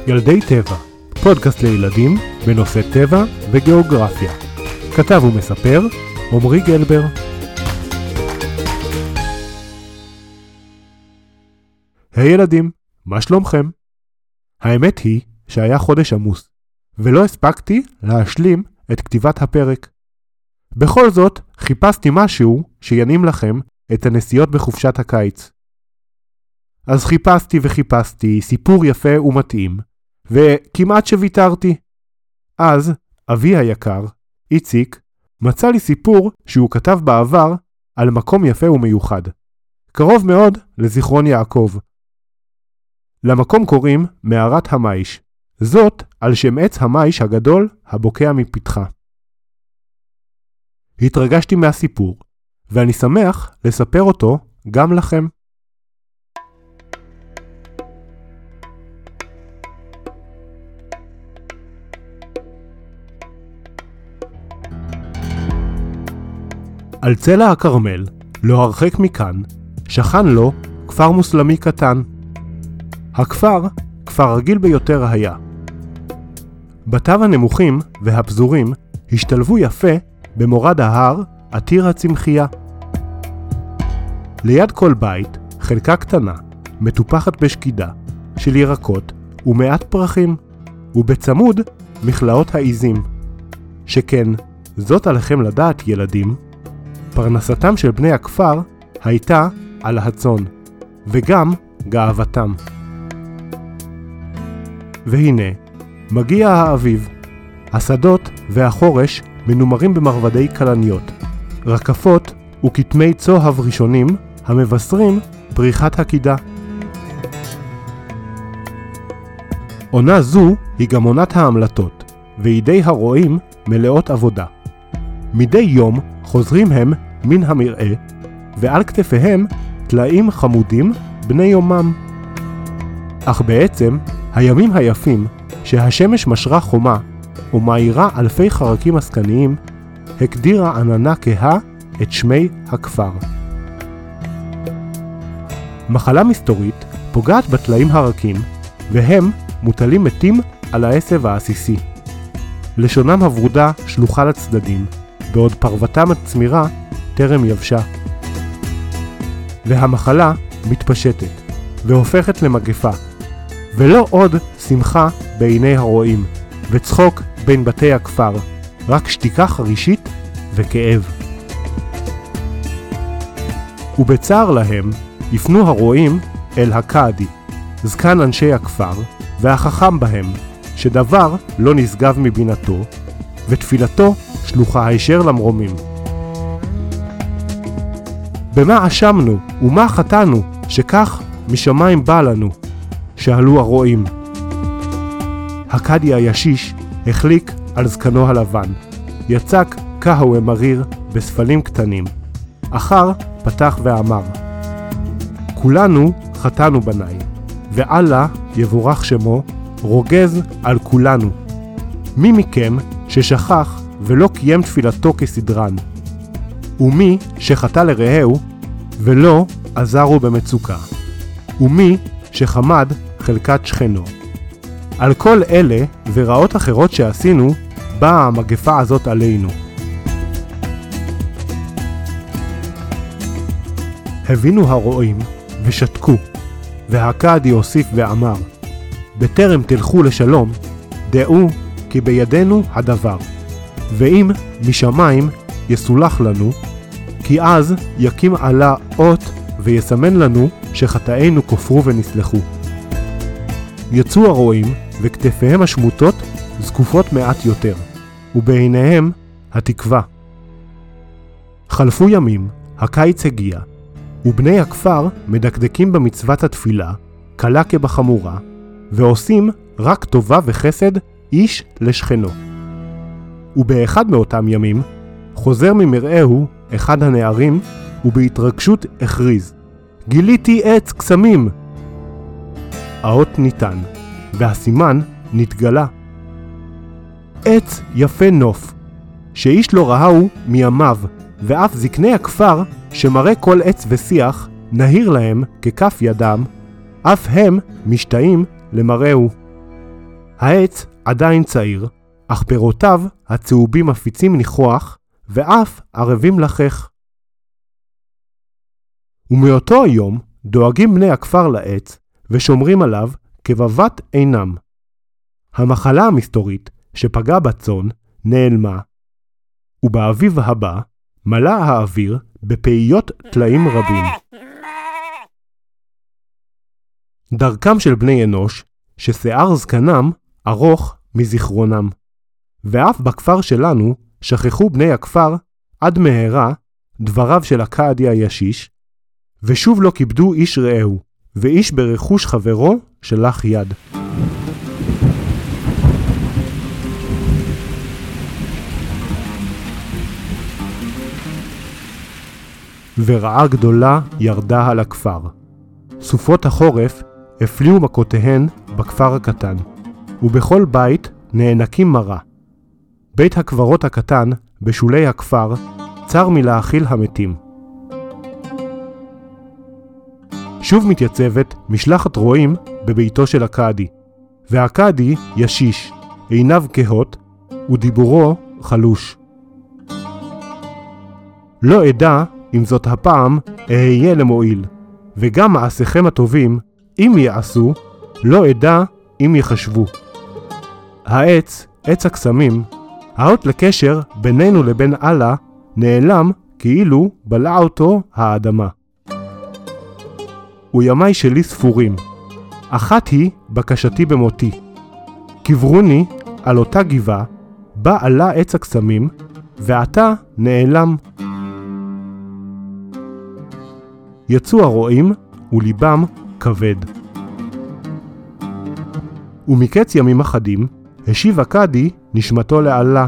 ילדי טבע, פודקאסט לילדים בנושא טבע וגיאוגרפיה. כתב ומספר עמרי גלבר. היי ילדים, מה שלומכם? האמת היא שהיה חודש עמוס, ולא הספקתי להשלים את כתיבת הפרק. בכל זאת, חיפשתי משהו שינים לכם את הנסיעות בחופשת הקיץ. אז חיפשתי סיפור יפה ומתאים, וכמעט שוויתרתי. אז אבי היקר, איציק, מצא לי סיפור שהוא כתב בעבר על מקום יפה ומיוחד, קרוב מאוד לזיכרון יעקב. למקום קוראים מערת המייש, זאת על שם עץ המייש הגדול הבוקע מפתחה. התרגשתי מהסיפור, ואני שמח לספר אותו גם לכם. על צלע הכרמל, לא הרחק מכאן, שכן לו כפר מוסלמי קטן. הכפר, כפר רגיל ביותר היה. בתיו הנמוכים והפזורים השתלבו יפה במורד ההר עתיר הצמחייה. ליד כל בית חלקה קטנה, מטופחת בשקידה, של ירקות ומעט פרחים, ובצמוד מכלאות העיזים. שכן, זאת עליכם לדעת ילדים, פרנסתם של בני הכפר הייתה על הצאן, וגם גאוותם. והנה, מגיע האביב. השדות והחורש מנומרים במרבדי כלניות, רקפות וכתמי צוהב ראשונים המבשרים פריחת הקידה. עונה זו היא גם עונת ההמלטות, וידי הרועים מלאות עבודה. מדי יום חוזרים הם מן המרעה, ועל כתפיהם תלאים חמודים בני יומם. אך בעצם הימים היפים שהשמש משרה חומה ומאירה אלפי חרקים עסקניים, הגדירה עננה כהה את שמי הכפר. מחלה מסתורית פוגעת בתלאים הרכים, והם מוטלים מתים על העשב העסיסי. לשונם הברודה שלוחה לצדדים, בעוד פרוותם הצמירה טרם יבשה. והמחלה מתפשטת והופכת למגפה, ולא עוד שמחה בעיני הרועים וצחוק בין בתי הכפר, רק שתיקה חרישית וכאב. ובצער להם יפנו הרועים אל הקאדי, זקן אנשי הכפר והחכם בהם, שדבר לא נשגב מבינתו, ותפילתו שלוחה הישר למרומים. במה אשמנו ומה חטאנו שכך משמיים בא לנו? שאלו הרועים. הקאדי הישיש החליק על זקנו הלבן, יצק קהווה מריר בספלים קטנים. אחר פתח ואמר, כולנו חטאנו בניי, ואללה יבורך שמו רוגז על כולנו. מי מכם ששכח ולא קיים תפילתו כסדרן, ומי שחטא לרעהו ולא עזרו במצוקה, ומי שחמד חלקת שכנו. על כל אלה ורעות אחרות שעשינו, באה המגפה הזאת עלינו. הבינו הרועים ושתקו, והקאדי הוסיף ואמר, בטרם תלכו לשלום, דעו כי בידינו הדבר, ואם משמיים יסולח לנו, כי אז יקים עלה אות ויסמן לנו שחטאינו כופרו ונסלחו. יצאו הרועים וכתפיהם השמוטות זקופות מעט יותר, ובעיניהם התקווה. חלפו ימים, הקיץ הגיע, ובני הכפר מדקדקים במצוות התפילה, קלה כבחמורה, ועושים רק טובה וחסד איש לשכנו. ובאחד מאותם ימים, חוזר ממרעהו אחד הנערים, ובהתרגשות הכריז, גיליתי עץ קסמים! האות ניתן, והסימן נתגלה. עץ יפה נוף, שאיש לא ראהו מימיו, ואף זקני הכפר, שמראה כל עץ ושיח, נהיר להם ככף ידם, אף הם משתאים למראהו. העץ עדיין צעיר, אך פירותיו הצהובים מפיצים ניחוח, ואף ערבים לחך. ומאותו היום דואגים בני הכפר לעץ, ושומרים עליו כבבת עינם. המחלה המסתורית שפגעה בצאן נעלמה, ובאביב הבא מלא האוויר בפעיות טלאים רבים. דרכם של בני אנוש, ששיער זקנם ארוך מזיכרונם. ואף בכפר שלנו שכחו בני הכפר עד מהרה דבריו של הקאדי הישיש, ושוב לא כיבדו איש רעהו, ואיש ברכוש חברו שלח יד. ורעה גדולה ירדה על הכפר. סופות החורף הפליאו מכותיהן בכפר הקטן, ובכל בית נאנקים מרה. בית הקברות הקטן בשולי הכפר צר מלהכיל המתים. שוב מתייצבת משלחת רועים בביתו של הקאדי, והקאדי ישיש, עיניו כהות, ודיבורו חלוש. לא אדע אם זאת הפעם אהיה למועיל, וגם מעשיכם הטובים, אם יעשו, לא אדע אם יחשבו. העץ, עץ הקסמים, האות לקשר בינינו לבין אללה, נעלם כאילו בלעה אותו האדמה. וימי שלי ספורים, אחת היא בקשתי במותי. קברוני על אותה גבעה, בה עלה עץ הקסמים, ועתה נעלם. יצאו הרועים וליבם כבד. ומקץ ימים אחדים, השיב הקאדי נשמתו לאללה.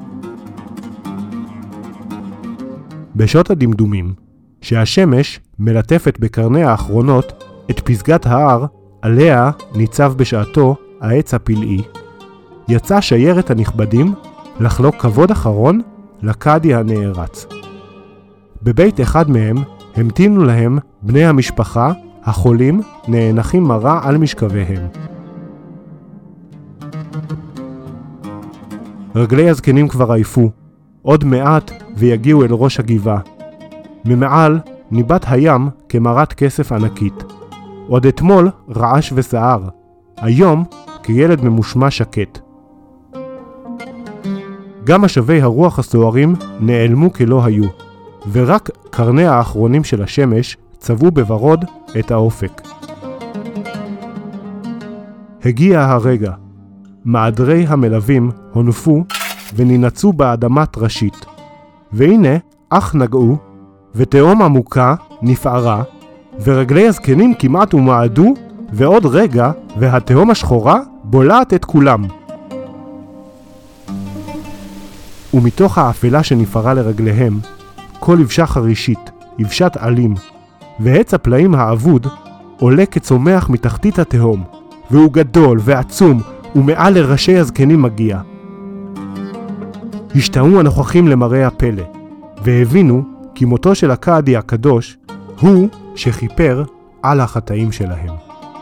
בשעות הדמדומים, שהשמש מלטפת בקרני האחרונות את פסגת ההר, עליה ניצב בשעתו העץ הפלאי, יצא שיירת הנכבדים לחלוק כבוד אחרון לקאדי הנערץ. בבית אחד מהם המתינו להם בני המשפחה, החולים, נאנחים מרה על משכביהם. רגלי הזקנים כבר עייפו, עוד מעט ויגיעו אל ראש הגבעה. ממעל ניבט הים כמרת כסף ענקית. עוד אתמול רעש וסער, היום כילד ממושמע שקט. גם משאבי הרוח הסוערים נעלמו כלא היו, ורק קרני האחרונים של השמש צבעו בוורוד את האופק. הגיע הרגע. מעדרי המלווים הונפו וננצו באדמת ראשית. והנה אך נגעו, ותהום עמוקה נפערה, ורגלי הזקנים כמעט ומעדו, ועוד רגע והתהום השחורה בולעת את כולם. ומתוך האפלה שנפערה לרגליהם, כל יבשה חרישית, יבשת עלים, ועץ הפלאים האבוד עולה כצומח מתחתית התהום, והוא גדול ועצום, ומעל לראשי הזקנים מגיע. השתאו הנוכחים למראה הפלא, והבינו כי מותו של הקאדי הקדוש הוא שכיפר על החטאים שלהם.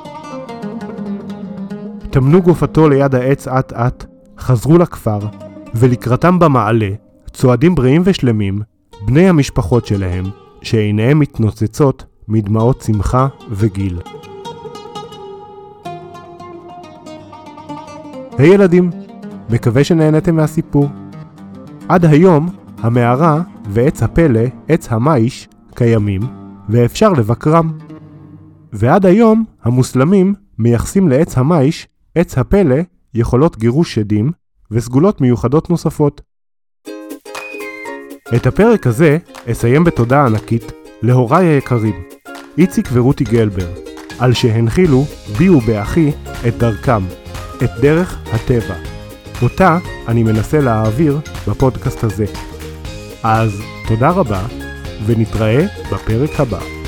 תמנו גופתו ליד העץ עת עת, חזרו לכפר, ולקראתם במעלה צועדים בריאים ושלמים בני המשפחות שלהם, שעיניהם מתנוצצות מדמעות שמחה וגיל. היי ילדים, מקווה שנהנתם מהסיפור. עד היום המערה ועץ הפלא, עץ המאיש, קיימים ואפשר לבקרם. ועד היום המוסלמים מייחסים לעץ המאיש, עץ הפלא, יכולות גירוש שדים וסגולות מיוחדות נוספות. את הפרק הזה אסיים בתודה ענקית להוריי היקרים, איציק ורותי גלבר, על שהנחילו בי ובאחי את דרכם, את דרך הטבע. אותה אני מנסה להעביר בפודקאסט הזה. אז תודה רבה, ונתראה בפרק הבא.